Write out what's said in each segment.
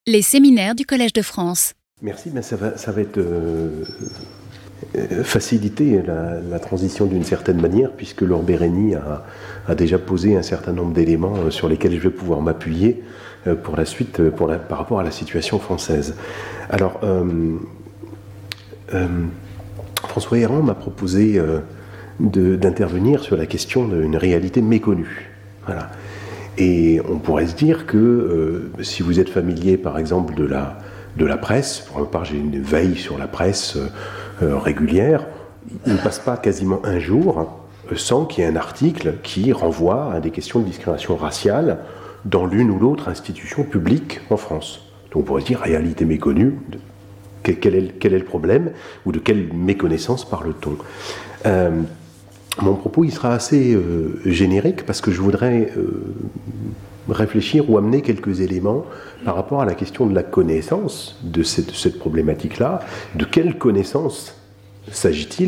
Les séminaires du Collège de France. Merci, ça va être faciliter la transition d'une certaine manière, puisque Laure Bérény a déjà posé un certain nombre d'éléments sur lesquels je vais pouvoir m'appuyer pour la suite par rapport à la situation française. Alors, François Héran m'a proposé d'intervenir sur la question d'une réalité méconnue. Voilà. Et on pourrait se dire que si vous êtes familier, par exemple, de la presse, pour ma part j'ai une veille sur la presse régulière, il ne passe pas quasiment un jour sans qu'il y ait un article qui renvoie à des questions de discrimination raciale dans l'une ou l'autre institution publique en France. Donc on pourrait se dire réalité méconnue, quel est le problème, ou de quelle méconnaissance parle-t-on ? Mon propos, il sera assez générique parce que je voudrais réfléchir ou amener quelques éléments par rapport à la question de la connaissance de cette problématique-là. De quelle connaissance s'agit-il ?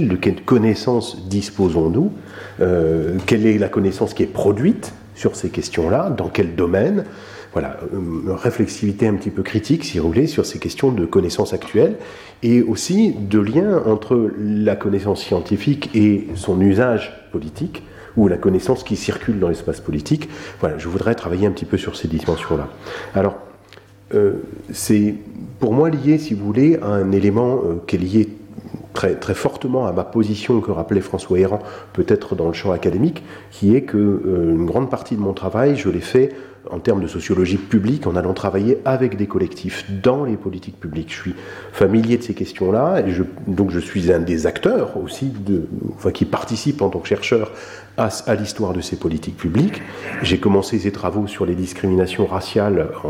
De quelle connaissance disposons-nous ? Quelle est la connaissance qui est produite sur ces questions-là ? Dans quel domaine ? Voilà, une réflexivité un petit peu critique, si vous voulez, sur ces questions de connaissances actuelles et aussi de lien entre la connaissance scientifique et son usage politique ou la connaissance qui circule dans l'espace politique. Voilà, je voudrais travailler un petit peu sur ces dimensions-là. Alors, c'est pour moi lié, si vous voulez, à un élément qui est lié très, très fortement à ma position que rappelait François Héran, peut-être dans le champ académique, qui est que une grande partie de mon travail, je l'ai fait en termes de sociologie publique, en allant travailler avec des collectifs dans les politiques publiques. Je suis familier de ces questions-là, et donc je suis un des acteurs aussi, qui participe en tant que chercheur à l'histoire de ces politiques publiques. J'ai commencé ces travaux sur les discriminations raciales en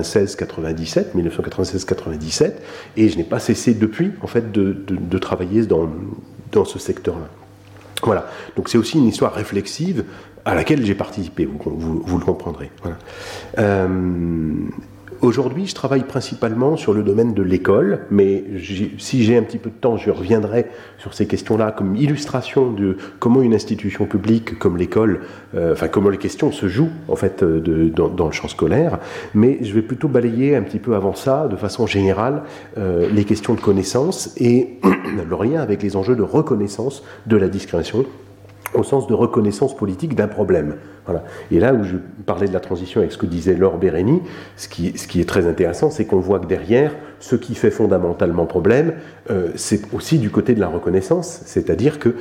1996-97, et je n'ai pas cessé depuis, en fait, de travailler dans ce secteur-là. Voilà, donc c'est aussi une histoire réflexive à laquelle j'ai participé, vous le comprendrez. Voilà. Aujourd'hui, je travaille principalement sur le domaine de l'école, mais si j'ai un petit peu de temps, je reviendrai sur ces questions-là comme illustration de comment une institution publique comme l'école, comment les questions se jouent en fait dans le champ scolaire. Mais je vais plutôt balayer un petit peu avant ça, de façon générale, les questions de connaissance et le lien avec les enjeux de reconnaissance de la discrimination, au sens de reconnaissance politique d'un problème. Voilà. Et là où je parlais de la transition avec ce que disait Laure Bérény, ce qui est très intéressant, c'est qu'on voit que derrière, ce qui fait fondamentalement problème, c'est aussi du côté de la reconnaissance, c'est-à-dire que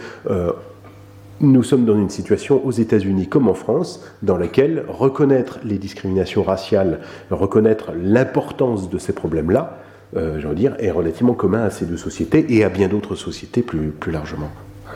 nous sommes dans une situation aux États-Unis comme en France, dans laquelle reconnaître les discriminations raciales, reconnaître l'importance de ces problèmes-là, est relativement commun à ces deux sociétés et à bien d'autres sociétés plus largement.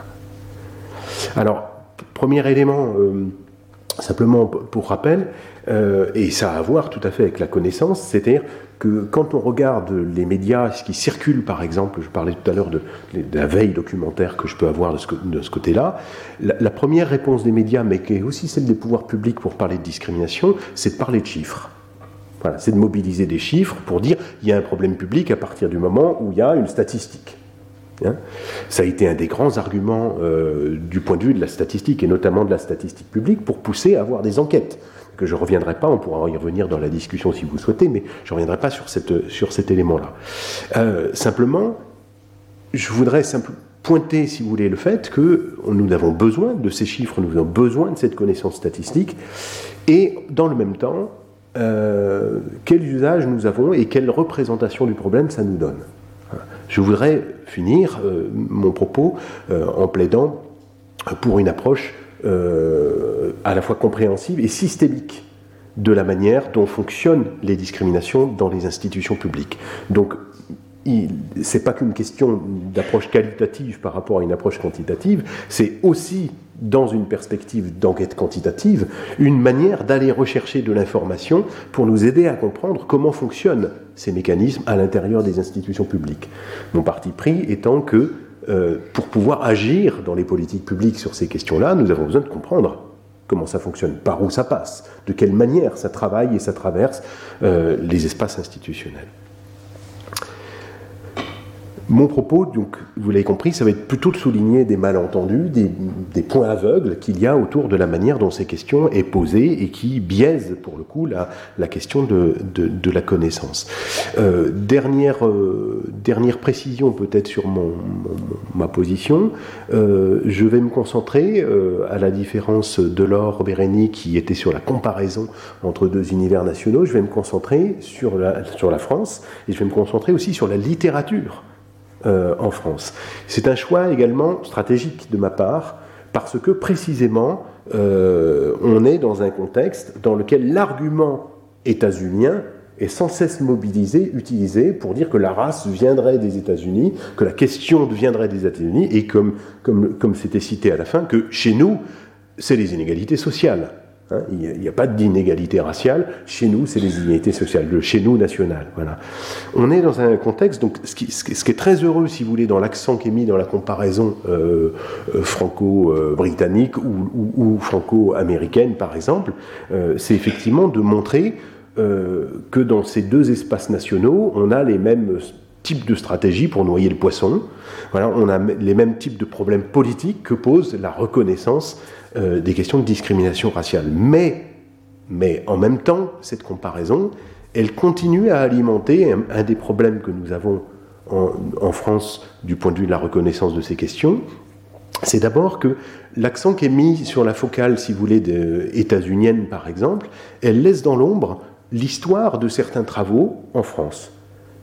Alors, premier élément, simplement pour rappel, et ça a à voir tout à fait avec la connaissance, c'est-à-dire que quand on regarde les médias, ce qui circule par exemple, je parlais tout à l'heure de la veille documentaire que je peux avoir de ce côté-là, la première réponse des médias, mais qui est aussi celle des pouvoirs publics pour parler de discrimination, c'est de parler de chiffres. Voilà, c'est de mobiliser des chiffres pour dire il y a un problème public à partir du moment où il y a une statistique. Ça a été un des grands arguments du point de vue de la statistique, et notamment de la statistique publique, pour pousser à avoir des enquêtes. Que je ne reviendrai pas, on pourra y revenir dans la discussion si vous souhaitez, mais je ne reviendrai pas sur cet élément-là. Simplement, je voudrais pointer, si vous voulez, le fait que nous avons besoin de ces chiffres, nous avons besoin de cette connaissance statistique, et dans le même temps, quel usage nous avons et quelle représentation du problème ça nous donne. Je voudrais finir mon propos en plaidant pour une approche à la fois compréhensive et systémique de la manière dont fonctionnent les discriminations dans les institutions publiques. Donc, c'est pas qu'une question d'approche qualitative par rapport à une approche quantitative, c'est aussi, dans une perspective d'enquête quantitative, une manière d'aller rechercher de l'information pour nous aider à comprendre comment fonctionnent ces mécanismes à l'intérieur des institutions publiques. Mon parti pris étant que, pour pouvoir agir dans les politiques publiques sur ces questions-là, nous avons besoin de comprendre comment ça fonctionne, par où ça passe, de quelle manière ça travaille et ça traverse les espaces institutionnels. Mon propos, donc, vous l'avez compris, ça va être plutôt de souligner des malentendus, des points aveugles qu'il y a autour de la manière dont ces questions est posée et qui biaisent, pour le coup, la question de la connaissance. Dernière précision peut-être sur ma position. Je vais me concentrer, à la différence de Laure Bérény qui était sur la comparaison entre deux univers nationaux, je vais me concentrer sur la France et je vais me concentrer aussi sur la littérature en France. C'est un choix également stratégique de ma part parce que précisément on est dans un contexte dans lequel l'argument états-unien est sans cesse utilisé pour dire que la race viendrait des États-Unis, que la question viendrait des États-Unis et comme c'était cité à la fin, que chez nous, c'est les inégalités sociales. Il n'y a pas d'inégalité raciale. Chez nous, c'est les inégalités sociales, le chez nous national. Voilà. On est dans un contexte, donc, ce qui est très heureux, si vous voulez, dans l'accent qui est mis dans la comparaison franco-britannique ou franco-américaine, par exemple, c'est effectivement de montrer que dans ces deux espaces nationaux, on a les mêmes types de stratégies pour noyer le poisson. Voilà, on a les mêmes types de problèmes politiques que pose la reconnaissance des questions de discrimination raciale. Mais en même temps, cette comparaison, elle continue à alimenter un des problèmes que nous avons en France du point de vue de la reconnaissance de ces questions. C'est d'abord que l'accent qui est mis sur la focale, si vous voulez, états-unienne par exemple, elle laisse dans l'ombre l'histoire de certains travaux en France.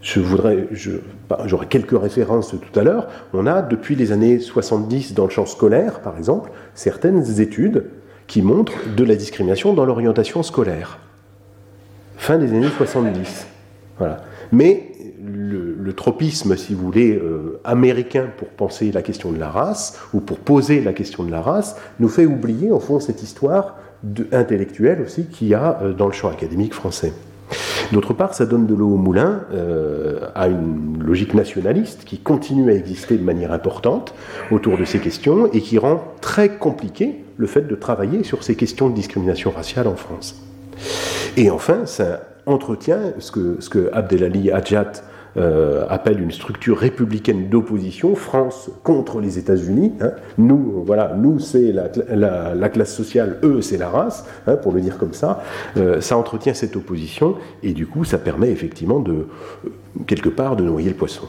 J'aurai quelques références tout à l'heure. On a, depuis les années 70, dans le champ scolaire, par exemple, certaines études qui montrent de la discrimination dans l'orientation scolaire. Fin des années 70. Voilà. Mais le tropisme, si vous voulez, américain pour penser la question de la race, ou pour poser la question de la race, nous fait oublier, au fond, cette histoire intellectuelle aussi qu'il y a dans le champ académique français. D'autre part, ça donne de l'eau au moulin à une logique nationaliste qui continue à exister de manière importante autour de ces questions et qui rend très compliqué le fait de travailler sur ces questions de discrimination raciale en France. Et enfin, ça entretient ce que Abdelali Hadjat appelle une structure républicaine d'opposition, France contre les États-Unis. Nous, c'est la classe sociale, eux, c'est la race, pour le dire comme ça. Ça entretient cette opposition, et du coup, ça permet effectivement quelque part, de noyer le poisson.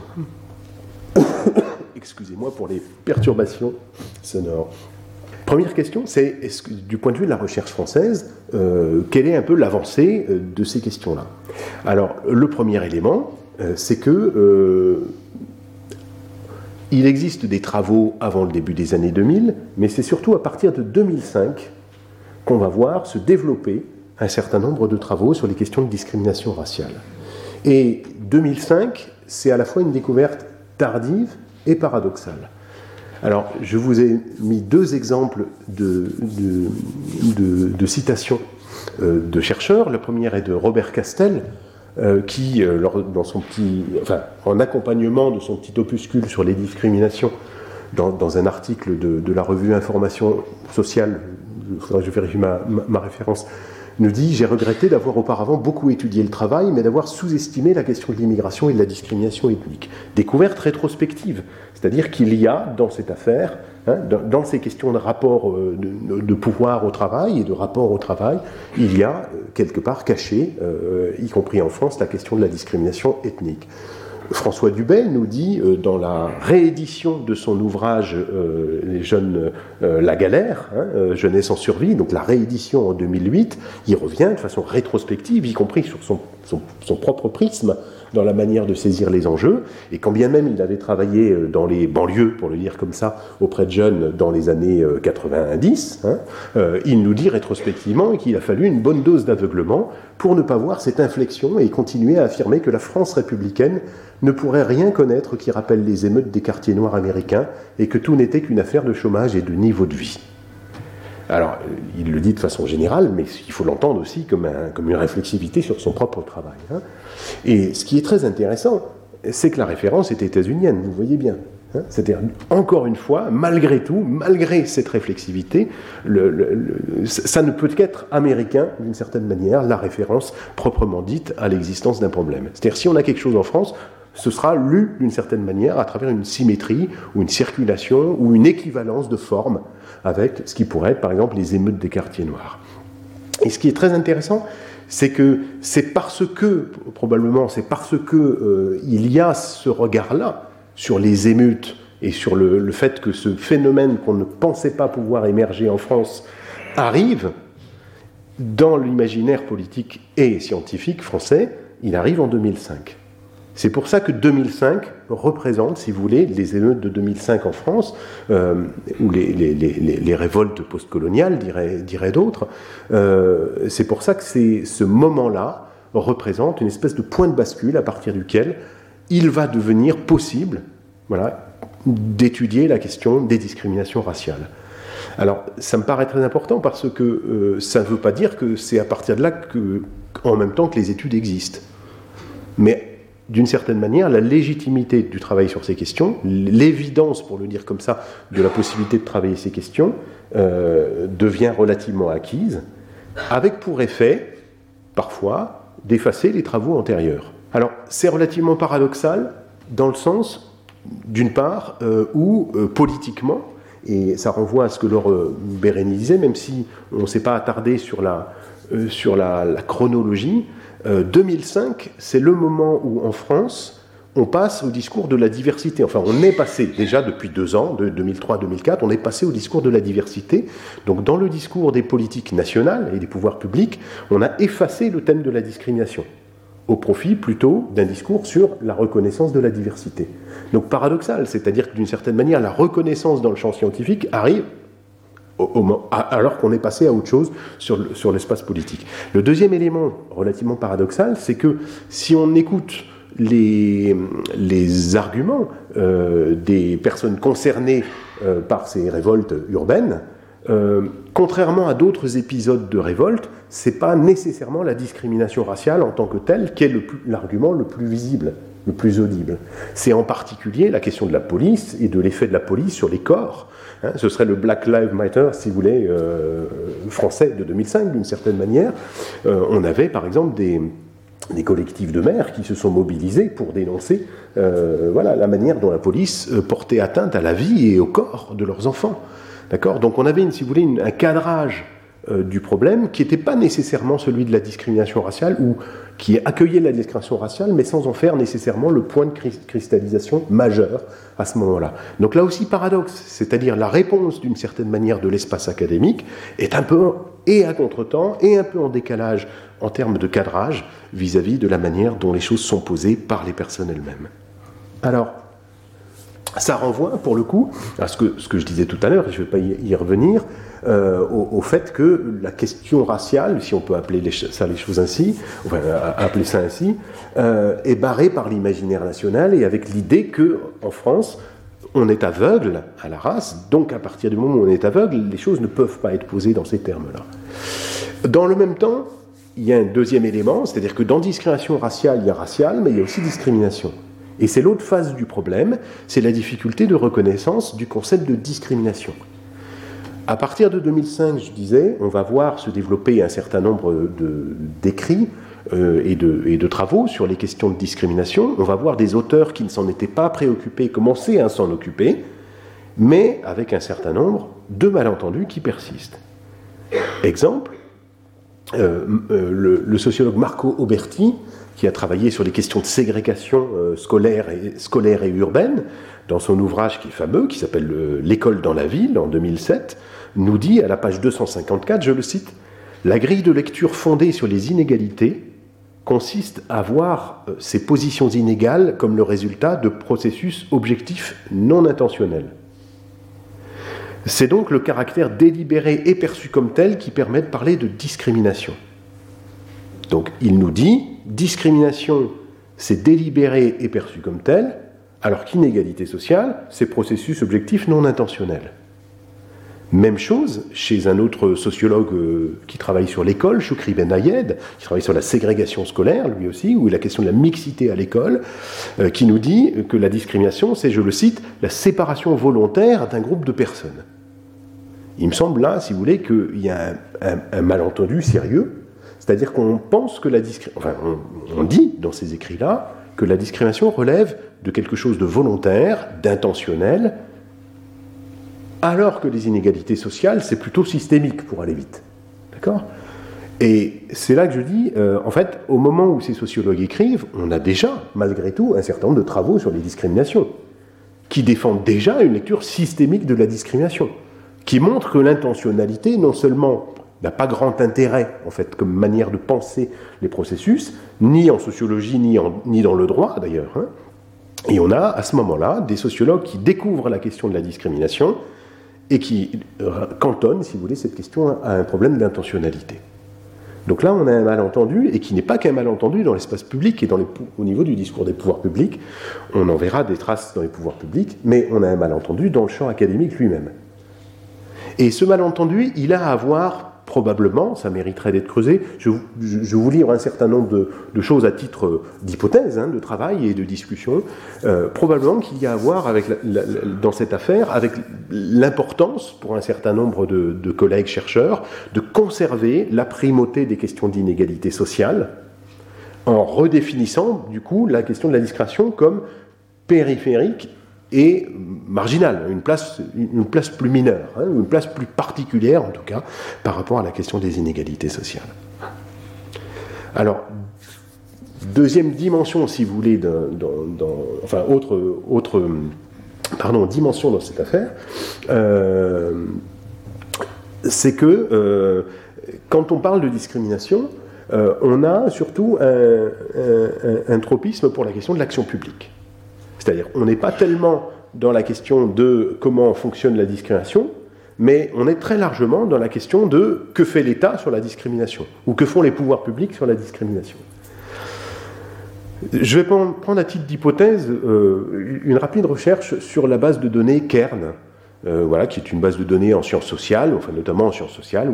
Excusez-moi pour les perturbations sonores. Première question, c'est, du point de vue de la recherche française, quelle est un peu l'avancée de ces questions-là ? Alors, le premier élément, c'est que il existe des travaux avant le début des années 2000, mais c'est surtout à partir de 2005 qu'on va voir se développer un certain nombre de travaux sur les questions de discrimination raciale. Et 2005, c'est à la fois une découverte tardive et paradoxale. Alors, je vous ai mis deux exemples de citations de chercheurs. La première est de Robert Castel, qui, en accompagnement de son petit opuscule sur les discriminations, dans un article de la revue Information Sociale, il faudra que je vérifie ma référence, nous dit « J'ai regretté d'avoir auparavant beaucoup étudié le travail, mais d'avoir sous-estimé la question de l'immigration et de la discrimination ethnique. » Découverte rétrospective, c'est-à-dire qu'il y a dans cette affaire, dans ces questions de rapport de pouvoir au travail et de rapport au travail, il y a quelque part caché, y compris en France, la question de la discrimination ethnique. François Dubay nous dit, dans la réédition de son ouvrage Les jeunes, la galère, Jeunesse en survie, donc la réédition en 2008, il revient de façon rétrospective, y compris sur son propre prisme, dans la manière de saisir les enjeux, et quand bien même il avait travaillé dans les banlieues, pour le dire comme ça, auprès de jeunes dans les années 90, il nous dit rétrospectivement qu'il a fallu une bonne dose d'aveuglement pour ne pas voir cette inflexion et continuer à affirmer que la France républicaine ne pourrait rien connaître qui rappelle les émeutes des quartiers noirs américains et que tout n'était qu'une affaire de chômage et de niveau de vie. Alors, il le dit de façon générale, mais il faut l'entendre aussi comme une réflexivité sur son propre travail. Et ce qui est très intéressant, c'est que la référence est états-unienne, vous voyez bien. C'est-à-dire, encore une fois, malgré tout, malgré cette réflexivité, ça ne peut qu'être américain, d'une certaine manière, la référence proprement dite à l'existence d'un problème. C'est-à-dire, si on a quelque chose en France, ce sera lu d'une certaine manière à travers une symétrie ou une circulation ou une équivalence de forme avec ce qui pourrait être par exemple les émeutes des quartiers noirs. Et ce qui est très intéressant, c'est que c'est parce que, probablement, c'est parce que il y a ce regard-là sur les émeutes et sur le fait que ce phénomène qu'on ne pensait pas pouvoir émerger en France arrive dans l'imaginaire politique et scientifique français, il arrive en 2005. C'est pour ça que 2005 représente, si vous voulez, les émeutes de 2005 en France, ou les révoltes postcoloniales, diraient d'autres. C'est pour ça que ce moment-là représente une espèce de point de bascule à partir duquel il va devenir possible, voilà, d'étudier la question des discriminations raciales. Alors, ça me paraît très important parce que ça ne veut pas dire que c'est à partir de là en même temps que les études existent. Mais d'une certaine manière, la légitimité du travail sur ces questions, l'évidence, pour le dire comme ça, de la possibilité de travailler ces questions, devient relativement acquise, avec pour effet, parfois, d'effacer les travaux antérieurs. Alors, c'est relativement paradoxal, dans le sens, d'une part, où, politiquement, et ça renvoie à ce que Laure Bérény disait, même si on ne s'est pas attardé sur la chronologie, 2005, c'est le moment où, en France, on passe au discours de la diversité. Enfin, on est passé, déjà depuis 2 ans, de 2003-2004, on est passé au discours de la diversité. Donc, dans le discours des politiques nationales et des pouvoirs publics, on a effacé le thème de la discrimination, au profit plutôt d'un discours sur la reconnaissance de la diversité. Donc, paradoxal, c'est-à-dire que d'une certaine manière, la reconnaissance dans le champ scientifique arrive alors qu'on est passé à autre chose sur l'espace politique. Le deuxième élément relativement paradoxal, c'est que si on écoute les arguments des personnes concernées par ces révoltes urbaines, contrairement à d'autres épisodes de révolte, c'est pas nécessairement la discrimination raciale en tant que telle qui est l'argument le plus visible, le plus audible. C'est en particulier la question de la police et de l'effet de la police sur les corps. Ce serait le Black Lives Matter, si vous voulez, français de 2005, d'une certaine manière. On avait, par exemple, des collectifs de maires qui se sont mobilisés pour dénoncer la manière dont la police portait atteinte à la vie et au corps de leurs enfants. D'accord ? Donc on avait, si vous voulez, un cadrage du problème qui n'était pas nécessairement celui de la discrimination raciale ou qui accueillait la discrimination raciale, mais sans en faire nécessairement le point de cristallisation majeur à ce moment-là. Donc là aussi, paradoxe, c'est-à-dire la réponse d'une certaine manière de l'espace académique est un peu et à contre-temps et un peu en décalage en termes de cadrage vis-à-vis de la manière dont les choses sont posées par les personnes elles-mêmes. Alors, ça renvoie, pour le coup, à ce que je disais tout à l'heure, et je ne vais pas y revenir, au fait que la question raciale, si on peut appeler les choses ainsi, enfin, appeler ça ainsi, est barrée par l'imaginaire national et avec l'idée qu'en France, on est aveugle à la race, donc à partir du moment où on est aveugle, les choses ne peuvent pas être posées dans ces termes-là. Dans le même temps, il y a un deuxième élément, c'est-à-dire que dans discrimination raciale, il y a raciale, mais il y a aussi discrimination. Et c'est l'autre phase du problème, c'est la difficulté de reconnaissance du concept de discrimination. À partir de 2005, je disais, on va voir se développer un certain nombre d'écrits et de travaux sur les questions de discrimination. On va voir des auteurs qui ne s'en étaient pas préoccupés commencer à s'en occuper, mais avec un certain nombre de malentendus qui persistent. Exemple, le sociologue Marco Oberti, qui a travaillé sur les questions de ségrégation scolaire et urbaine, dans son ouvrage qui est fameux, qui s'appelle « L'école dans la ville » en 2007, nous dit à la page 254, je le cite, « La grille de lecture fondée sur les inégalités consiste à voir ces positions inégales comme le résultat de processus objectifs non intentionnels. C'est donc le caractère délibéré et perçu comme tel qui permet de parler de discrimination. » Donc il nous dit, discrimination, c'est délibéré et perçu comme tel, alors qu'inégalité sociale, c'est processus objectif non intentionnel. Même chose chez un autre sociologue qui travaille sur l'école, Choukri Ben Ayed, qui travaille sur la ségrégation scolaire, lui aussi, ou la question de la mixité à l'école, qui nous dit que la discrimination, c'est, je le cite, la séparation volontaire d'un groupe de personnes. Il me semble là, si vous voulez, qu'il y a un malentendu sérieux, c'est-à-dire qu'on pense que on dit dans ces écrits-là que la discrimination relève de quelque chose de volontaire, d'intentionnel, alors que les inégalités sociales, c'est plutôt systémique, pour aller vite. D'accord ? Et c'est là que je dis, en fait, au moment où ces sociologues écrivent, on a déjà, malgré tout, un certain nombre de travaux sur les discriminations, qui défendent déjà une lecture systémique de la discrimination, qui montre que l'intentionnalité, non seulement n'a pas grand intérêt, en fait, comme manière de penser les processus, ni en sociologie, ni dans le droit, d'ailleurs. Hein. Et on a, à ce moment-là, des sociologues qui découvrent la question de la discrimination et qui cantonnent, si vous voulez, cette question à un problème d'intentionnalité. Donc là, on a un malentendu, et qui n'est pas qu'un malentendu dans l'espace public et au niveau du discours des pouvoirs publics. On en verra des traces dans les pouvoirs publics, mais on a un malentendu dans le champ académique lui-même. Et ce malentendu, il a à voir, probablement, ça mériterait d'être creusé, je vais vous lire un certain nombre de choses à titre d'hypothèse, hein, de travail et de discussion, probablement qu'il y a à voir avec dans cette affaire avec l'importance, pour un certain nombre de collègues chercheurs, de conserver la primauté des questions d'inégalité sociale, en redéfinissant, du coup, la question de la discrimination comme périphérique et marginale, une place plus mineure, hein, une place plus particulière, en tout cas, par rapport à la question des inégalités sociales. Alors, deuxième dimension, si vous voulez, autre dimension dans cette affaire, c'est que quand on parle de discrimination, on a surtout un tropisme pour la question de l'action publique. C'est-à-dire, on n'est pas tellement dans la question de comment fonctionne la discrimination, mais on est très largement dans la question de que fait l'État sur la discrimination, ou que font les pouvoirs publics sur la discrimination. Je vais prendre à titre d'hypothèse une rapide recherche sur la base de données Kern, qui est une base de données en sciences sociales, enfin notamment en sciences sociales,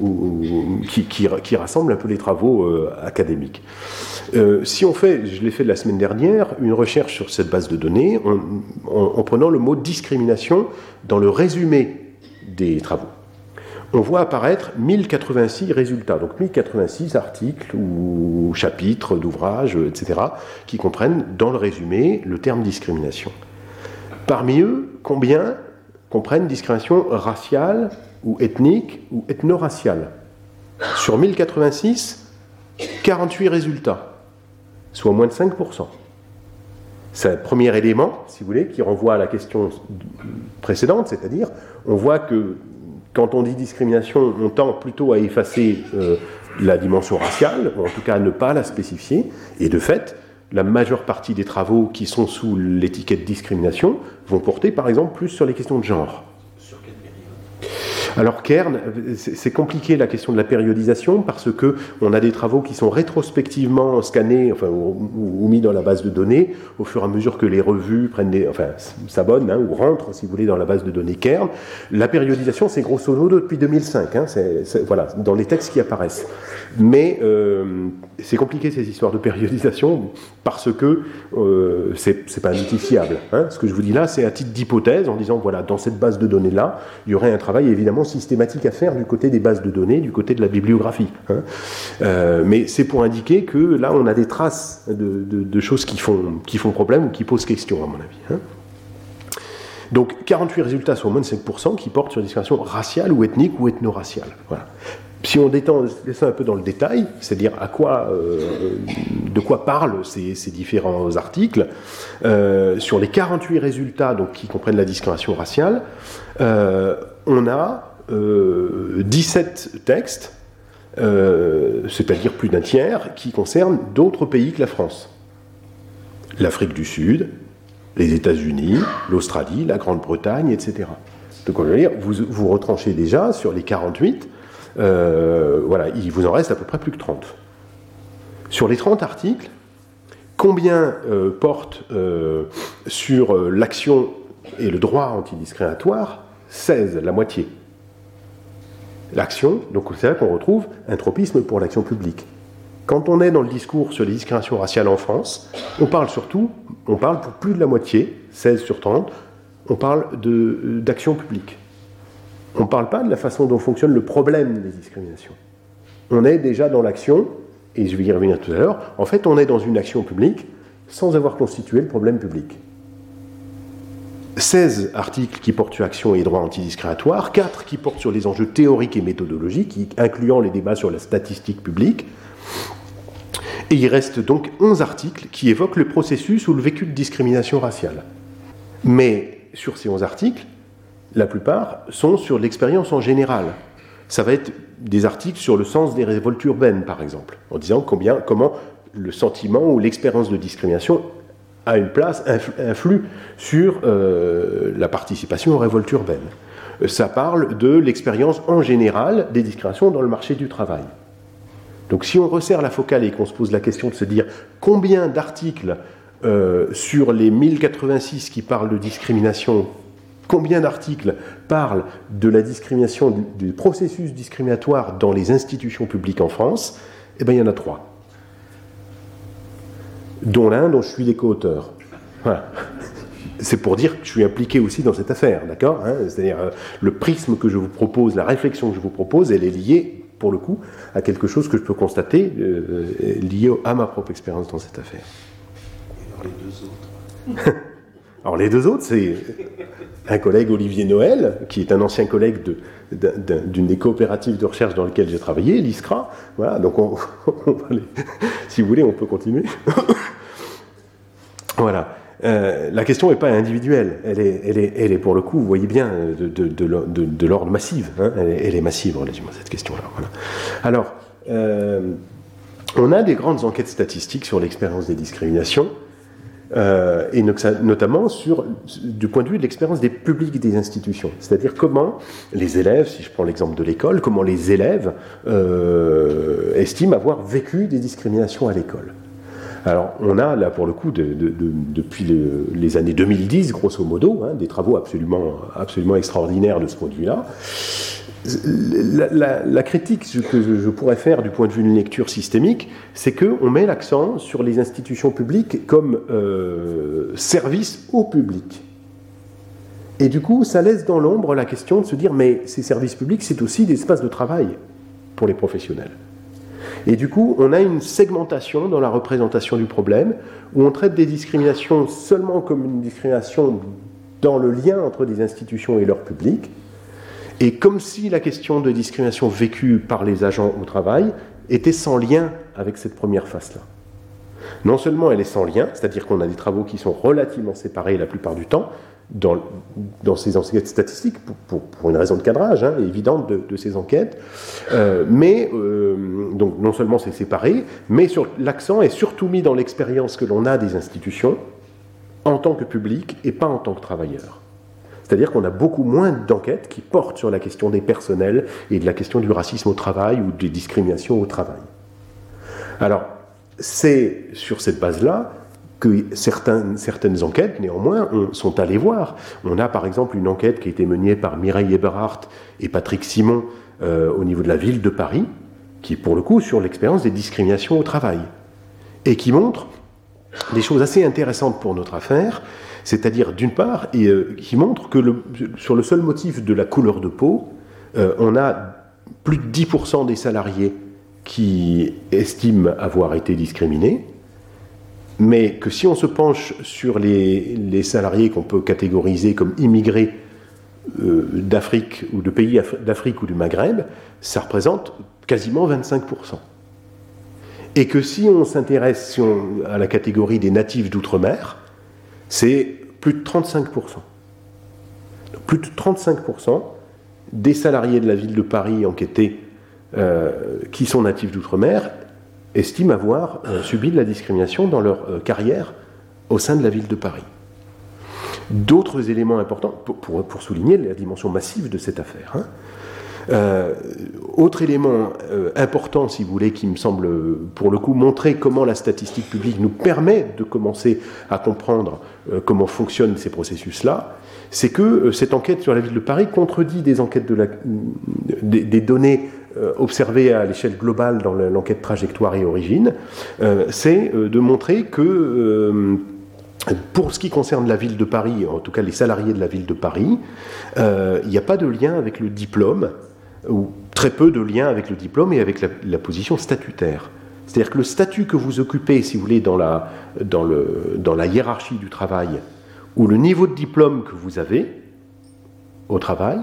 qui rassemble un peu les travaux académiques. Si on fait, je l'ai fait la semaine dernière, une recherche sur cette base de données en prenant le mot discrimination dans le résumé des travaux, on voit apparaître 1086 résultats, donc 1086 articles ou chapitres d'ouvrages, etc., qui comprennent dans le résumé le terme discrimination. Parmi eux, combien comprennent discrimination raciale ou ethnique ou ethno-raciale ? Sur 1086, 48 résultats, soit moins de 5%. C'est un premier élément, si vous voulez, qui renvoie à la question précédente, c'est-à-dire, on voit que quand on dit discrimination, on tend plutôt à effacer la dimension raciale, ou en tout cas à ne pas la spécifier, et de fait, la majeure partie des travaux qui sont sous l'étiquette discrimination vont porter par exemple plus sur les questions de genre. Sur quelle période ? Alors Kern, c'est compliqué la question de la périodisation parce que on a des travaux qui sont rétrospectivement scannés, ou mis dans la base de données au fur et à mesure que les revues s'abonnent ou rentrent, si vous voulez, dans la base de données Kern. La périodisation, c'est grosso modo depuis 2005, dans les textes qui apparaissent. Mais c'est compliqué ces histoires de périodisation parce que c'est pas un outil fiable. Ce que je vous dis là, c'est à titre d'hypothèse en disant voilà, dans cette base de données là, il y aurait un travail évidemment systématique à faire du côté des bases de données, du côté de la bibliographie. Mais c'est pour indiquer que là, on a des traces de choses qui font problème ou qui posent question, à mon avis. Donc 48 résultats sur moins de 5% qui portent sur la discrimination raciale ou ethnique ou ethno-raciale. Voilà. Si on descend un peu dans le détail, c'est-à-dire de quoi parlent ces différents articles, sur les 48 résultats donc, qui comprennent la discrimination raciale, on a 17 textes, c'est-à-dire plus d'un tiers, qui concernent d'autres pays que la France. L'Afrique du Sud, les États-Unis, l'Australie, la Grande-Bretagne, etc. Donc on va dire, vous retranchez déjà sur les 48, il vous en reste à peu près plus que 30. Sur les 30 articles, combien portent sur l'action et le droit antidiscriminatoire ? 16, la moitié. L'action, donc c'est là qu'on retrouve un tropisme pour l'action publique. Quand on est dans le discours sur les discriminations raciales en France, on parle pour plus de la moitié, 16 sur 30, on parle d'action publique. On ne parle pas de la façon dont fonctionne le problème des discriminations. On est déjà dans l'action, et je vais y revenir tout à l'heure, en fait on est dans une action publique sans avoir constitué le problème public. 16 articles qui portent sur action et droits antidiscriminatoires, 4 qui portent sur les enjeux théoriques et méthodologiques, incluant les débats sur la statistique publique. Et il reste donc 11 articles qui évoquent le processus ou le vécu de discrimination raciale. Mais sur ces 11 articles, la plupart sont sur l'expérience en général. Ça va être des articles sur le sens des révoltes urbaines, par exemple, en disant comment le sentiment ou l'expérience de discrimination a une place, influe sur la participation aux révoltes urbaines. Ça parle de l'expérience en général des discriminations dans le marché du travail. Donc si on resserre la focale et qu'on se pose la question de se dire combien d'articles sur les 1086 qui parlent de discrimination, combien d'articles parlent de la discrimination, du processus discriminatoire dans les institutions publiques en France, eh bien il y en a 3. Dont l'un dont je suis les co-auteurs. Voilà. C'est pour dire que je suis impliqué aussi dans cette affaire, d'accord, hein. C'est-à-dire le prisme que je vous propose, la réflexion que je vous propose, elle est liée, pour le coup, à quelque chose que je peux constater, lié à ma propre expérience dans cette affaire. Et alors les deux autres Alors les deux autres, c'est un collègue, Olivier Noël, qui est un ancien collègue d'une des coopératives de recherche dans lesquelles j'ai travaillé, l'ISCRA. Voilà, donc on va si vous voulez, on peut continuer. Voilà. La question n'est pas individuelle, elle est pour le coup, vous voyez bien, de l'ordre massif. Hein, elle est massive relativement à cette question-là. Voilà. Alors, on a des grandes enquêtes statistiques sur l'expérience des discriminations, et notamment du point de vue de l'expérience des publics des institutions. C'est-à-dire comment les élèves, si je prends l'exemple de l'école, comment les élèves estiment avoir vécu des discriminations à l'école. Alors, on a là, pour le coup, depuis les années 2010, grosso modo, hein, des travaux absolument extraordinaires de ce point de vue-là. La critique que je pourrais faire du point de vue d'une lecture systémique, c'est qu'on met l'accent sur les institutions publiques comme service au public. Et du coup, ça laisse dans l'ombre la question de se dire, mais ces services publics, c'est aussi des espaces de travail pour les professionnels. Et du coup, on a une segmentation dans la représentation du problème, où on traite des discriminations seulement comme une discrimination dans le lien entre des institutions et leur public, et comme si la question de discrimination vécue par les agents au travail était sans lien avec cette première face-là. Non seulement elle est sans lien, c'est-à-dire qu'on a des travaux qui sont relativement séparés la plupart du temps, dans ces enquêtes statistiques, pour une raison de cadrage évidente de ces enquêtes, donc non seulement c'est séparé, mais l'accent est surtout mis dans l'expérience que l'on a des institutions en tant que public et pas en tant que travailleur. C'est-à-dire qu'on a beaucoup moins d'enquêtes qui portent sur la question des personnels et de la question du racisme au travail ou des discriminations au travail. Alors, c'est sur cette base-là que certaines enquêtes, néanmoins, sont allées voir. On a par exemple une enquête qui a été menée par Mireille Eberhardt et Patrick Simon au niveau de la ville de Paris, qui est pour le coup sur l'expérience des discriminations au travail, et qui montre des choses assez intéressantes pour notre affaire, c'est-à-dire d'une part, qui montre que sur le seul motif de la couleur de peau, on a plus de 10% des salariés qui estiment avoir été discriminés, mais que si on se penche sur les salariés qu'on peut catégoriser comme immigrés d'Afrique ou de pays d'Afrique ou du Maghreb, ça représente quasiment 25%. Et que si on s'intéresse à la catégorie des natifs d'outre-mer, c'est plus de 35%. Donc plus de 35% des salariés de la ville de Paris enquêtés qui sont natifs d'outre-mer estiment avoir subi de la discrimination dans leur carrière au sein de la ville de Paris. D'autres éléments importants, pour souligner la dimension massive de cette affaire. Autre élément important, si vous voulez, qui me semble, pour le coup, montrer comment la statistique publique nous permet de commencer à comprendre comment fonctionnent ces processus-là, c'est que cette enquête sur la ville de Paris contredit des enquêtes des données observées à l'échelle globale dans l'enquête trajectoire et origine. C'est de montrer que pour ce qui concerne la ville de Paris, en tout cas les salariés de la ville de Paris, il n'y a pas de lien avec le diplôme, ou très peu de lien avec le diplôme et avec la position statutaire C'est-à-dire que le statut que vous occupez, si vous voulez, dans la hiérarchie du travail, ou le niveau de diplôme que vous avez au travail,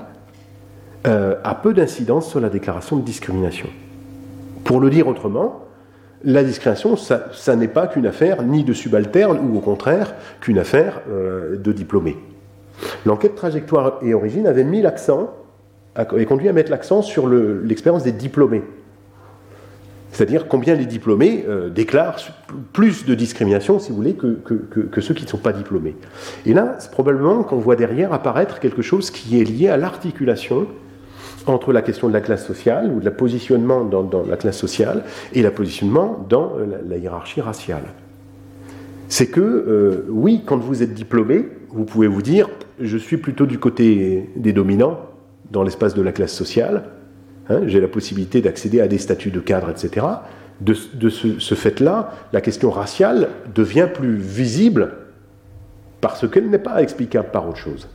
a peu d'incidence sur la déclaration de discrimination. Pour le dire autrement, la discrimination, ça n'est pas qu'une affaire ni de subalterne, ou au contraire, qu'une affaire de diplômé. L'enquête Trajectoire et Origine avait conduit à mettre l'accent sur l'expérience des diplômés. C'est-à-dire combien les diplômés déclarent plus de discrimination, si vous voulez, que ceux qui ne sont pas diplômés. Et là, c'est probablement qu'on voit derrière apparaître quelque chose qui est lié à l'articulation entre la question de la classe sociale, ou de la positionnement dans la classe sociale, et le positionnement dans la hiérarchie raciale. C'est que, oui, quand vous êtes diplômé, vous pouvez vous dire « je suis plutôt du côté des dominants dans l'espace de la classe sociale », j'ai la possibilité d'accéder à des statuts de cadre, etc. De ce fait-là, la question raciale devient plus visible parce qu'elle n'est pas explicable par autre chose.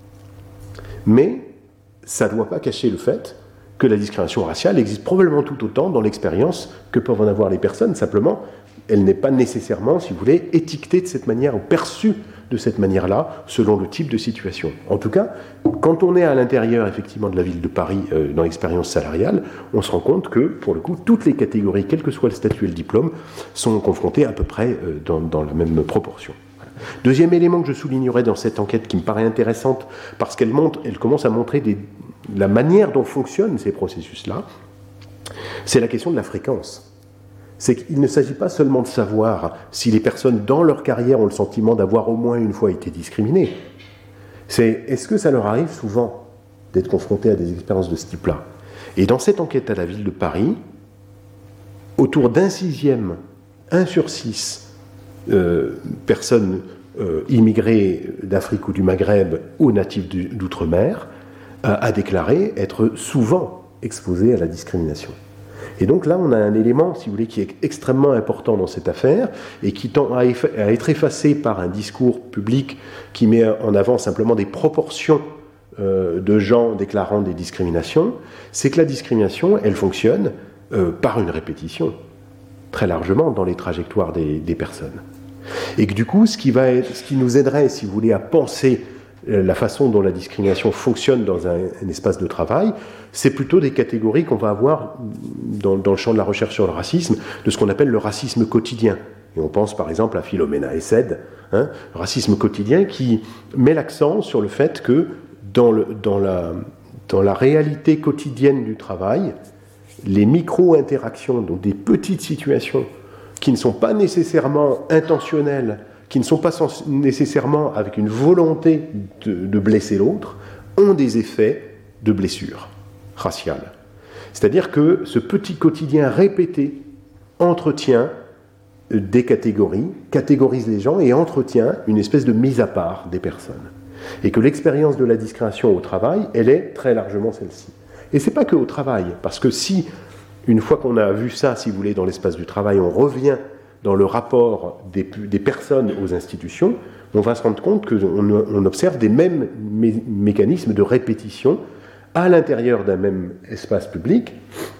Mais ça ne doit pas cacher le fait que la discrimination raciale existe probablement tout autant dans l'expérience que peuvent en avoir les personnes. Simplement, elle n'est pas nécessairement, si vous voulez, étiquetée de cette manière ou perçue de cette manière-là, selon le type de situation. En tout cas, quand on est à l'intérieur, effectivement, de la ville de Paris, dans l'expérience salariale, on se rend compte que, pour le coup, toutes les catégories, quel que soit le statut et le diplôme, sont confrontées à peu près dans la même proportion. Voilà. Deuxième élément que je soulignerai dans cette enquête qui me paraît intéressante, parce qu'elle commence à montrer la manière dont fonctionnent ces processus-là, c'est la question de la fréquence. C'est qu'il ne s'agit pas seulement de savoir si les personnes dans leur carrière ont le sentiment d'avoir au moins une fois été discriminées. C'est est-ce que ça leur arrive souvent d'être confrontés à des expériences de ce type-là. Et dans cette enquête à la ville de Paris, autour d'un sixième, 1 sur 6 personnes immigrées d'Afrique ou du Maghreb ou natives d'outre-mer a déclaré être souvent exposées à la discrimination. Et donc là, on a un élément, si vous voulez, qui est extrêmement important dans cette affaire et qui tend à être effacé par un discours public qui met en avant simplement des proportions de gens déclarant des discriminations. C'est que la discrimination, elle fonctionne par une répétition, très largement dans les trajectoires des personnes. Et que du coup, ce qui nous aiderait, si vous voulez, à penser la façon dont la discrimination fonctionne dans un espace de travail, c'est plutôt des catégories qu'on va avoir dans le champ de la recherche sur le racisme, de ce qu'on appelle le racisme quotidien. Et on pense par exemple à Philomena Essed, le racisme quotidien qui met l'accent sur le fait que dans la réalité quotidienne du travail, les micro-interactions, donc des petites situations qui ne sont pas nécessairement intentionnelles, qui ne sont pas nécessairement avec une volonté de blesser l'autre, ont des effets de blessure raciale. C'est-à-dire que ce petit quotidien répété entretient des catégories, catégorise les gens et entretient une espèce de mise à part des personnes. Et que l'expérience de la discrimination au travail, elle est très largement celle-ci. Et c'est pas que au travail, parce que si, une fois qu'on a vu ça, si vous voulez, dans l'espace du travail, on revient dans le rapport des personnes aux institutions, on va se rendre compte qu'on observe des mêmes mécanismes de répétition à l'intérieur d'un même espace public,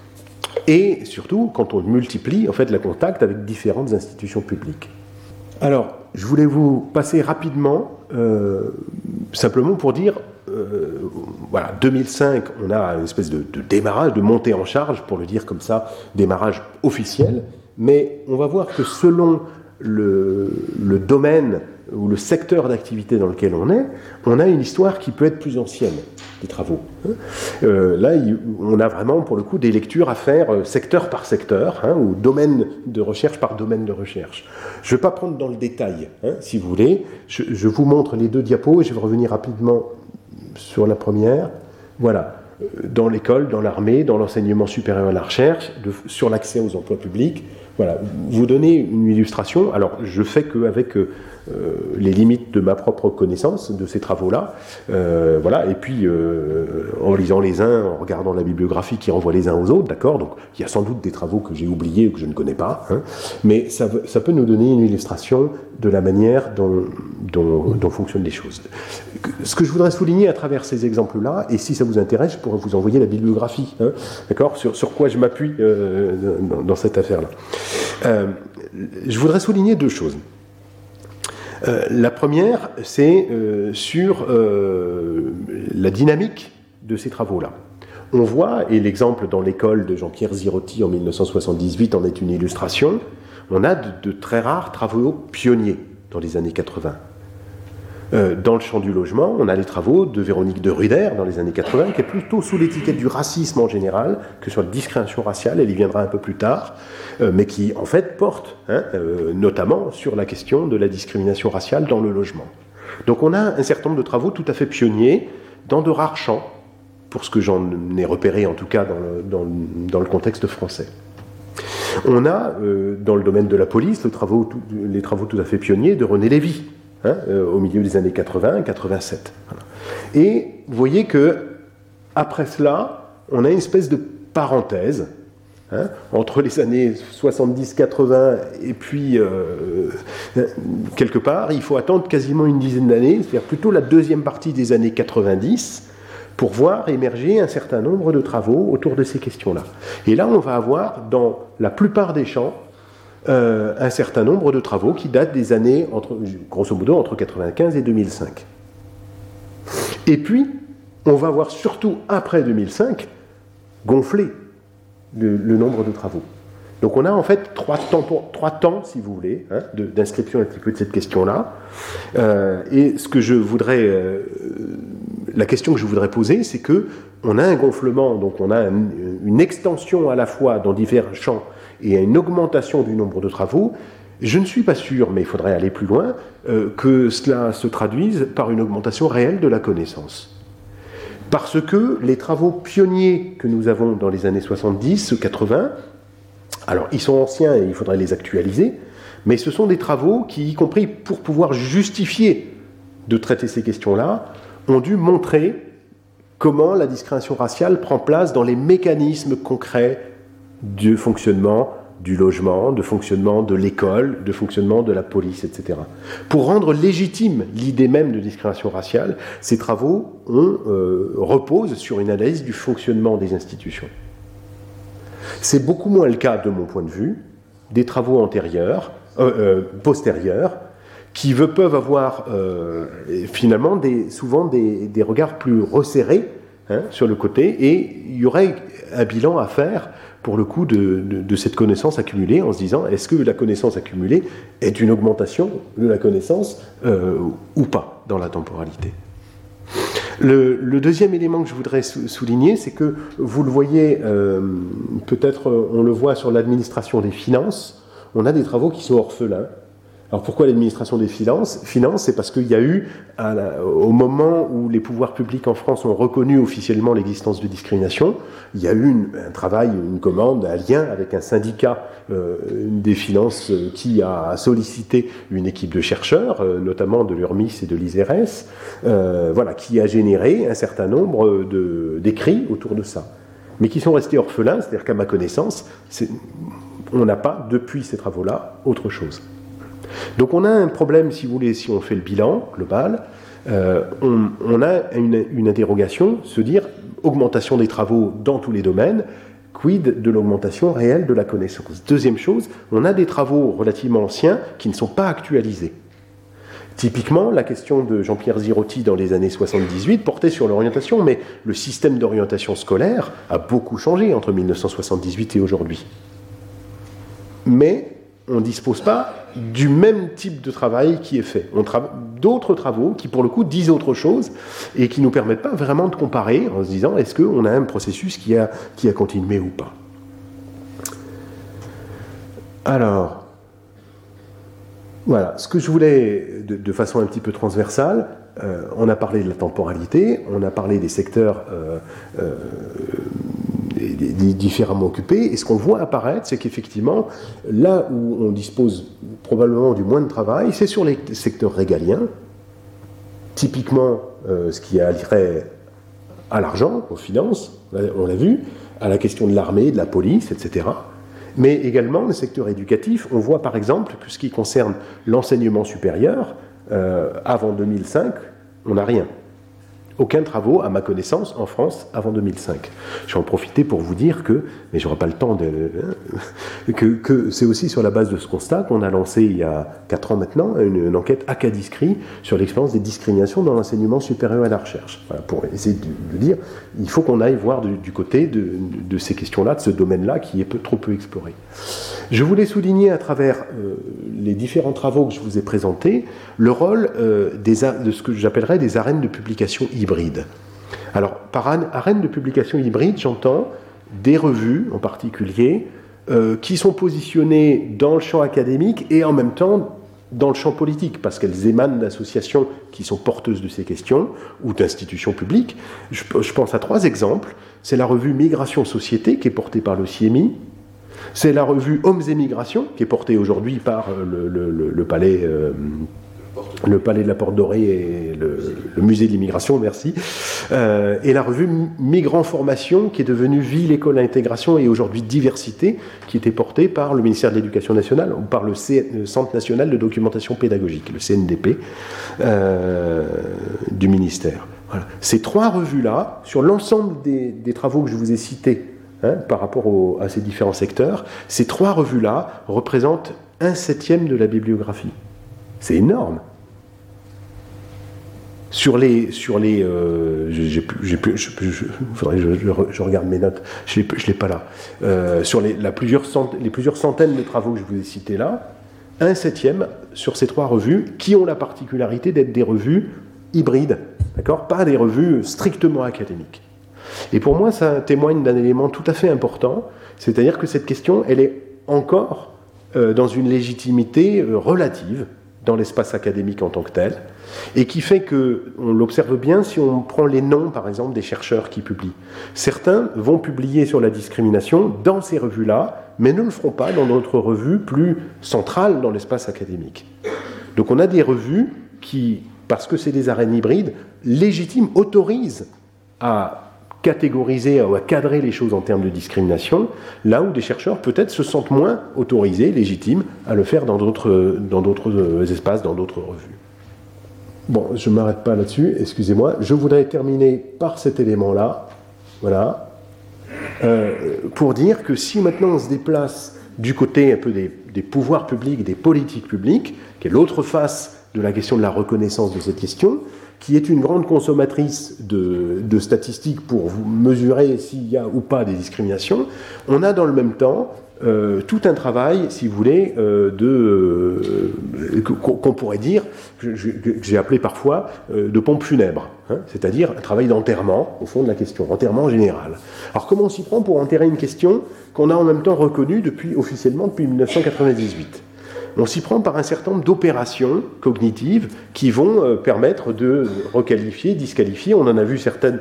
et surtout quand on multiplie en fait le contact avec différentes institutions publiques. Alors, je voulais vous passer rapidement, simplement pour dire, voilà, 2005, on a une espèce de démarrage, de montée en charge, pour le dire comme ça, démarrage officiel, mais on va voir que selon le domaine ou le secteur d'activité dans lequel on a une histoire qui peut être plus ancienne des travaux. Là, on a vraiment, pour le coup, des lectures à faire secteur par secteur, ou domaine de recherche par domaine de recherche. Je ne vais pas prendre dans le détail, si vous voulez. Je vous montre les deux diapos et je vais revenir rapidement sur la première. Voilà. Dans l'école, dans l'armée, dans l'enseignement supérieur et la recherche, sur l'accès aux emplois publics. Voilà, vous donnez une illustration. Alors, je fais qu'avec les limites de ma propre connaissance de ces travaux-là, voilà. Et puis, en lisant les uns, en regardant la bibliographie qui renvoie les uns aux autres, d'accord. Donc, il y a sans doute des travaux que j'ai oubliés ou que je ne connais pas, mais ça peut nous donner une illustration de la manière dont fonctionnent les choses. Ce que je voudrais souligner à travers ces exemples-là, et si ça vous intéresse, je pourrais vous envoyer la bibliographie, d'accord, sur quoi je m'appuie dans cette affaire-là. Je voudrais souligner deux choses. La première, c'est sur la dynamique de ces travaux-là. On voit, et l'exemple dans l'école de Jean-Pierre Zirotti en 1978 en est une illustration, on a de très rares travaux pionniers dans les années 80. Dans le champ du logement, on a les travaux de Véronique de Ruder dans les années 80, qui est plutôt sous l'étiquette du racisme en général, que sur la discrimination raciale, elle y viendra un peu plus tard, mais qui en fait porte notamment sur la question de la discrimination raciale dans le logement. Donc on a un certain nombre de travaux tout à fait pionniers dans de rares champs, pour ce que j'en ai repéré en tout cas dans le contexte français. On a, dans le domaine de la police, les travaux tout à fait pionniers de René Lévy, au milieu des années 80-87. Voilà. Et vous voyez que après cela, on a une espèce de parenthèse entre les années 70-80 et puis quelque part, il faut attendre quasiment une dizaine d'années, c'est-à-dire plutôt la deuxième partie des années 90, pour voir émerger un certain nombre de travaux autour de ces questions-là. Et là, on va avoir, dans la plupart des champs, un certain nombre de travaux qui datent des années, grosso modo, entre 1995 et 2005. Et puis, on va voir surtout après 2005 gonfler le nombre de travaux. Donc on a en fait trois temps, si vous voulez, d'inscription un petit peu de cette question-là. Et ce que je voudrais, la question que je voudrais poser, c'est que on a un gonflement, donc on a une extension à la fois dans divers champs et une augmentation du nombre de travaux. Je ne suis pas sûr, mais il faudrait aller plus loin, que cela se traduise par une augmentation réelle de la connaissance. Parce que les travaux pionniers que nous avons dans les années 70, 80, alors ils sont anciens et il faudrait les actualiser, mais ce sont des travaux qui, y compris pour pouvoir justifier de traiter ces questions-là, ont dû montrer comment la discrimination raciale prend place dans les mécanismes concrets du fonctionnement du logement, de fonctionnement de l'école, de fonctionnement de la police, etc. Pour rendre légitime l'idée même de discrimination raciale, ces travaux reposent sur une analyse du fonctionnement des institutions. C'est beaucoup moins le cas, de mon point de vue, des travaux postérieurs, qui peuvent avoir finalement souvent des regards plus resserrés sur le côté, et il y aurait un bilan à faire pour le coup de cette connaissance accumulée, en se disant est-ce que la connaissance accumulée est une augmentation de la connaissance ou pas dans la temporalité. Le deuxième élément que je voudrais souligner, c'est que vous le voyez, peut-être on le voit sur l'administration des finances, on a des travaux qui sont orphelins. Alors pourquoi l'administration des finances ? C'est parce qu'il y a eu, au moment où les pouvoirs publics en France ont reconnu officiellement l'existence de discrimination, il y a eu un travail, une commande, un lien avec un syndicat des finances qui a sollicité une équipe de chercheurs, notamment de l'URMIS et de l'ISERES, qui a généré un certain nombre d'écrits autour de ça, mais qui sont restés orphelins, c'est-à-dire qu'à ma connaissance, on n'a pas, depuis ces travaux-là, autre chose. Donc on a un problème, si vous voulez, si on fait le bilan global, on a une interrogation, se dire, augmentation des travaux dans tous les domaines, quid de l'augmentation réelle de la connaissance. Deuxième chose, on a des travaux relativement anciens qui ne sont pas actualisés. Typiquement, la question de Jean-Pierre Zirotti dans les années 78 portait sur l'orientation, mais le système d'orientation scolaire a beaucoup changé entre 1978 et aujourd'hui. Mais on ne dispose pas du même type de travail qui est fait. On d'autres travaux qui, pour le coup, disent autre chose et qui ne nous permettent pas vraiment de comparer en se disant est-ce qu'on a un processus qui a continué ou pas. Alors, voilà, ce que je voulais, de façon un petit peu transversale, on a parlé de la temporalité, on a parlé des secteurs différemment occupés, et ce qu'on voit apparaître, c'est qu'effectivement, là où on dispose probablement du moins de travail, c'est sur les secteurs régaliens, typiquement ce qui a trait à l'argent, aux finances, on l'a vu, à la question de l'armée, de la police, etc., mais également le secteur éducatif. On voit par exemple que ce qui concerne l'enseignement supérieur, avant 2005, on n'a rien. Aucun travaux, à ma connaissance, en France, avant 2005. Je vais en profiter pour vous dire que, mais je n'aurai pas le temps que c'est aussi sur la base de ce constat qu'on a lancé il y a 4 ans maintenant une enquête Acadiscrit sur l'expérience des discriminations dans l'enseignement supérieur et la recherche. Voilà, pour essayer de dire, il faut qu'on aille voir du côté de ces questions-là, de ce domaine-là qui est trop peu exploré. Je voulais souligner à travers les différents travaux que je vous ai présentés le rôle de ce que j'appellerais des arènes de publication hybrides. Alors, par arène de publication hybride, j'entends des revues en particulier qui sont positionnées dans le champ académique et en même temps dans le champ politique, parce qu'elles émanent d'associations qui sont porteuses de ces questions ou d'institutions publiques. Je pense à 3 exemples. C'est la revue Migration Société qui est portée par le CIEMI. C'est la revue Hommes et Migrations, qui est portée aujourd'hui par le palais de la Porte Dorée et le musée de l'immigration, merci. Et la revue Migrants Formation, qui est devenue Ville, École, Intégration et aujourd'hui Diversité, qui était portée par le ministère de l'Éducation nationale ou par le Centre national de documentation pédagogique, le CNDP, du ministère. Voilà. Ces 3 revues-là, sur l'ensemble des travaux que je vous ai cités, par rapport à ces différents secteurs, ces 3 revues-là représentent 1/7 de la bibliographie. C'est énorme. Faudrait que je regarde mes notes, je l'ai pas là. Sur les plusieurs centaines de travaux que je vous ai cités là, 1/7 sur ces 3 revues qui ont la particularité d'être des revues hybrides, d'accord, pas des revues strictement académiques. Et pour moi, ça témoigne d'un élément tout à fait important, c'est-à-dire que cette question, elle est encore dans une légitimité relative dans l'espace académique en tant que tel, et qui fait que, on l'observe bien si on prend les noms, par exemple, des chercheurs qui publient. Certains vont publier sur la discrimination dans ces revues-là, mais ne le feront pas dans d'autres revues plus centrales dans l'espace académique. Donc on a des revues qui, parce que c'est des arènes hybrides, légitimes, autorisent à catégoriser ou à cadrer les choses en termes de discrimination, là où des chercheurs peut-être se sentent moins autorisés, légitimes, à le faire dans d'autres espaces, dans d'autres revues. Bon, je ne m'arrête pas là-dessus, excusez-moi. Je voudrais terminer par cet élément-là, voilà, pour dire que si maintenant on se déplace du côté un peu des pouvoirs publics, des politiques publiques, qui est l'autre face de la question de la reconnaissance de cette question, qui est une grande consommatrice de statistiques pour mesurer s'il y a ou pas des discriminations, on a dans le même temps tout un travail, si vous voulez, qu'on pourrait dire, que j'ai appelé parfois de pompe funèbre, c'est-à-dire un travail d'enterrement, au fond de la question, enterrement général. Alors comment on s'y prend pour enterrer une question qu'on a en même temps reconnue officiellement depuis 1998 ? On s'y prend par un certain nombre d'opérations cognitives qui vont permettre de requalifier, disqualifier. On en a vu certaines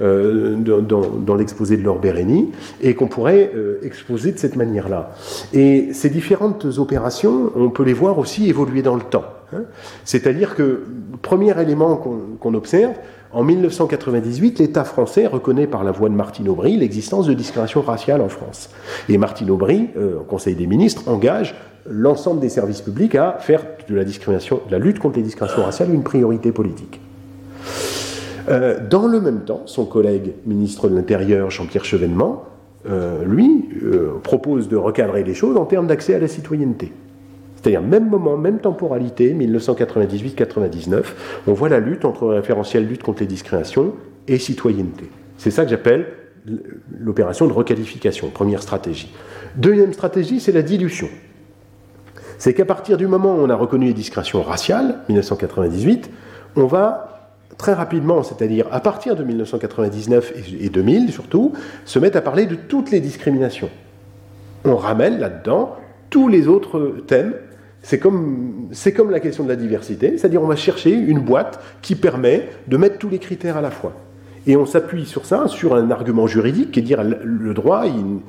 dans l'exposé de Laure Bérény et qu'on pourrait exposer de cette manière-là. Et ces différentes opérations, on peut les voir aussi évoluer dans le temps. C'est-à-dire que, le premier élément qu'on observe, en 1998, l'État français reconnaît par la voix de Martine Aubry l'existence de discrimination raciale en France. Et Martine Aubry, au Conseil des ministres, engage l'ensemble des services publics à faire de la lutte contre les discriminations raciales une priorité politique. Dans le même temps, son collègue ministre de l'Intérieur, Jean-Pierre Chevènement, lui, propose de recadrer les choses en termes d'accès à la citoyenneté. C'est-à-dire, même moment, même temporalité, 1998-99, on voit la lutte entre référentiel lutte contre les discriminations et citoyenneté. C'est ça que j'appelle l'opération de requalification, première stratégie. Deuxième stratégie, c'est la dilution. C'est qu'à partir du moment où on a reconnu les discriminations raciales, 1998, on va très rapidement, c'est-à-dire à partir de 1999 et 2000 surtout, se mettre à parler de toutes les discriminations. On ramène là-dedans tous les autres thèmes. C'est comme la question de la diversité, c'est-à-dire on va chercher une boîte qui permet de mettre tous les critères à la fois. Et on s'appuie sur ça, sur un argument juridique qui est de dire le droit,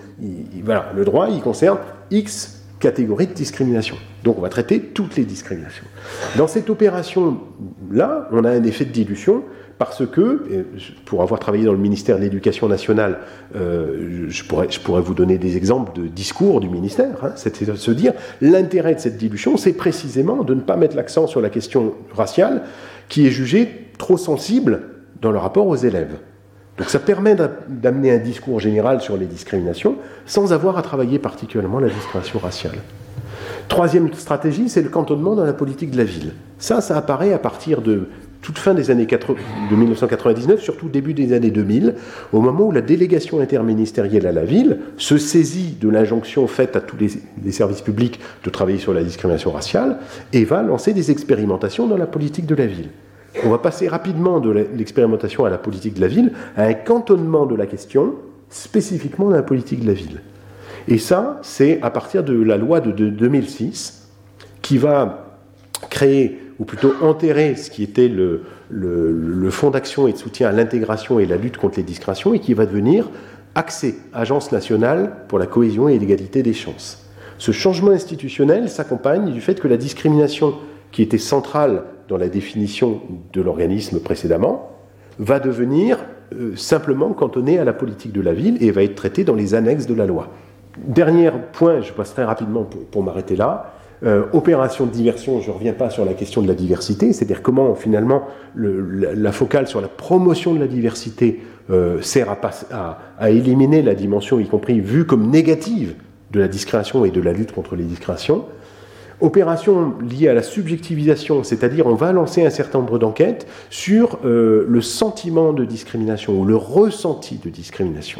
le droit, il concerne X catégories de discrimination. Donc on va traiter toutes les discriminations. Dans cette opération-là, on a un effet de dilution parce que, pour avoir travaillé dans le ministère de l'Éducation nationale, je pourrais vous donner des exemples de discours du ministère, c'est de se dire, l'intérêt de cette dilution, c'est précisément de ne pas mettre l'accent sur la question raciale, qui est jugée trop sensible dans le rapport aux élèves. Donc ça permet d'amener un discours général sur les discriminations sans avoir à travailler particulièrement la discrimination raciale. Troisième stratégie, c'est le cantonnement dans la politique de la ville. Ça apparaît à partir de toute fin des années de 1999, surtout début des années 2000, au moment où la délégation interministérielle à la ville se saisit de l'injonction faite à tous les services publics de travailler sur la discrimination raciale et va lancer des expérimentations dans la politique de la ville. On va passer rapidement de l'expérimentation à la politique de la ville à un cantonnement de la question spécifiquement dans la politique de la ville. Et ça, c'est à partir de la loi de 2006 qui va créer, ou plutôt enterrer ce qui était le fonds d'action et de soutien à l'intégration et la lutte contre les discriminations et qui va devenir ACCE, Agence nationale pour la cohésion et l'égalité des chances. Ce changement institutionnel s'accompagne du fait que la discrimination qui était centrale dans la définition de l'organisme précédemment, va devenir simplement cantonnée à la politique de la ville et va être traitée dans les annexes de la loi. Dernier point, je passe très rapidement pour m'arrêter là, opération de diversion, je ne reviens pas sur la question de la diversité, c'est-à-dire comment finalement la focale sur la promotion de la diversité sert à éliminer la dimension, y compris vue comme négative, de la discrimination et de la lutte contre les discriminations. Opération liée à la subjectivisation, c'est-à-dire on va lancer un certain nombre d'enquêtes sur le sentiment de discrimination ou le ressenti de discrimination.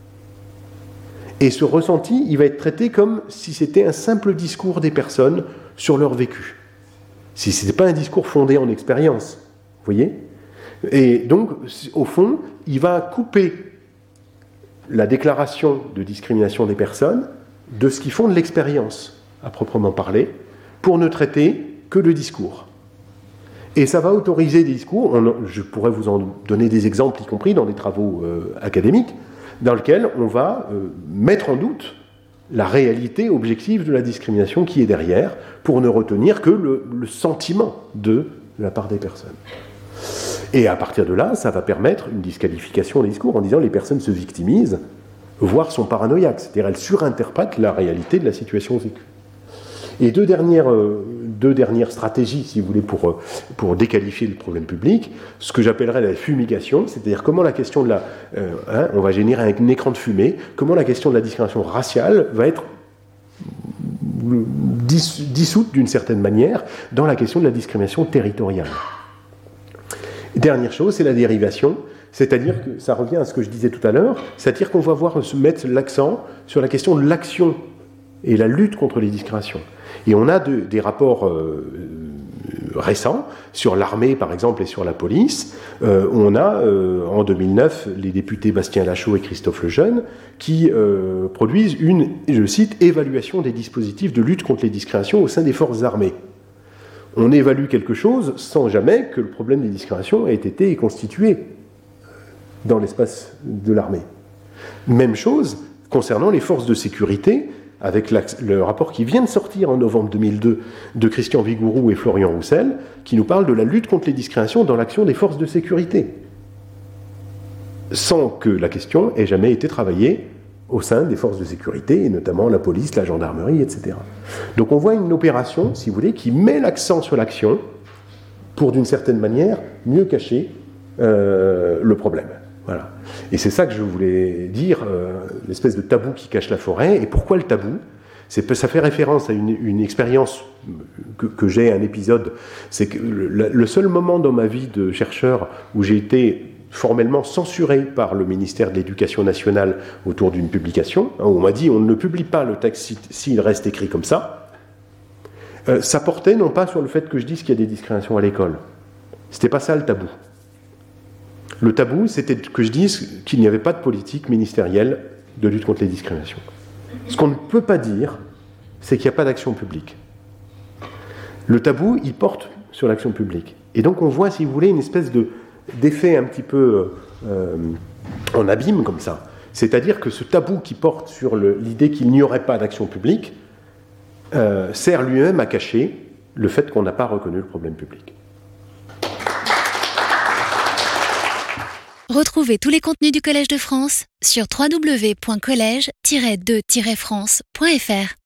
Et ce ressenti, il va être traité comme si c'était un simple discours des personnes sur leur vécu. Si ce n'était pas un discours fondé en expérience, vous voyez ? Et donc, au fond, il va couper la déclaration de discrimination des personnes de ce qui fonde l'expérience à proprement parler, pour ne traiter que le discours. Et ça va autoriser des discours, je pourrais vous en donner des exemples, y compris dans des travaux académiques, dans lesquels on va mettre en doute la réalité objective de la discrimination qui est derrière, pour ne retenir que le sentiment de la part des personnes. Et à partir de là, ça va permettre une disqualification des discours en disant les personnes se victimisent, voire sont paranoïaques, c'est-à-dire elles surinterprètent la réalité de la situation vécue. Et deux dernières stratégies, si vous voulez, pour déqualifier le problème public, ce que j'appellerais la fumigation, c'est-à-dire comment la question de on va générer un écran de fumée, comment la question de la discrimination raciale va être dissoute d'une certaine manière dans la question de la discrimination territoriale. Dernière chose, c'est la dérivation, c'est-à-dire que ça revient à ce que je disais tout à l'heure, c'est-à-dire qu'on va mettre l'accent sur la question de l'action et la lutte contre les discriminations. Et on a des rapports récents sur l'armée, par exemple, et sur la police. On a, en 2009, les députés Bastien Lachaud et Christophe Lejeune qui produisent une, je cite, « évaluation des dispositifs de lutte contre les discriminations au sein des forces armées ». On évalue quelque chose sans jamais que le problème des discriminations ait été constitué dans l'espace de l'armée. Même chose concernant les forces de sécurité, avec le rapport qui vient de sortir en novembre 2002 de Christian Vigourou et Florian Roussel, qui nous parle de la lutte contre les discriminations dans l'action des forces de sécurité, sans que la question ait jamais été travaillée au sein des forces de sécurité, et notamment la police, la gendarmerie, etc. Donc on voit une opération, si vous voulez, qui met l'accent sur l'action pour, d'une certaine manière, mieux cacher le problème. Voilà. Et c'est ça que je voulais dire, l'espèce de tabou qui cache la forêt. Et pourquoi le tabou ? Ça fait référence à une expérience que j'ai, un épisode. C'est que le seul moment dans ma vie de chercheur où j'ai été formellement censuré par le ministère de l'Éducation nationale autour d'une publication, où on m'a dit on ne publie pas le texte s'il reste écrit comme ça, ça portait non pas sur le fait que je dise qu'il y a des discriminations à l'école. C'était pas ça le tabou. Le tabou, c'était que je dise qu'il n'y avait pas de politique ministérielle de lutte contre les discriminations. Ce qu'on ne peut pas dire, c'est qu'il n'y a pas d'action publique. Le tabou, il porte sur l'action publique. Et donc on voit, si vous voulez, une espèce d'effet un petit peu en abîme comme ça. C'est-à-dire que ce tabou qui porte sur l'idée qu'il n'y aurait pas d'action publique sert lui-même à cacher le fait qu'on n'a pas reconnu le problème public. Retrouvez tous les contenus du Collège de France sur www.college-2-france.fr.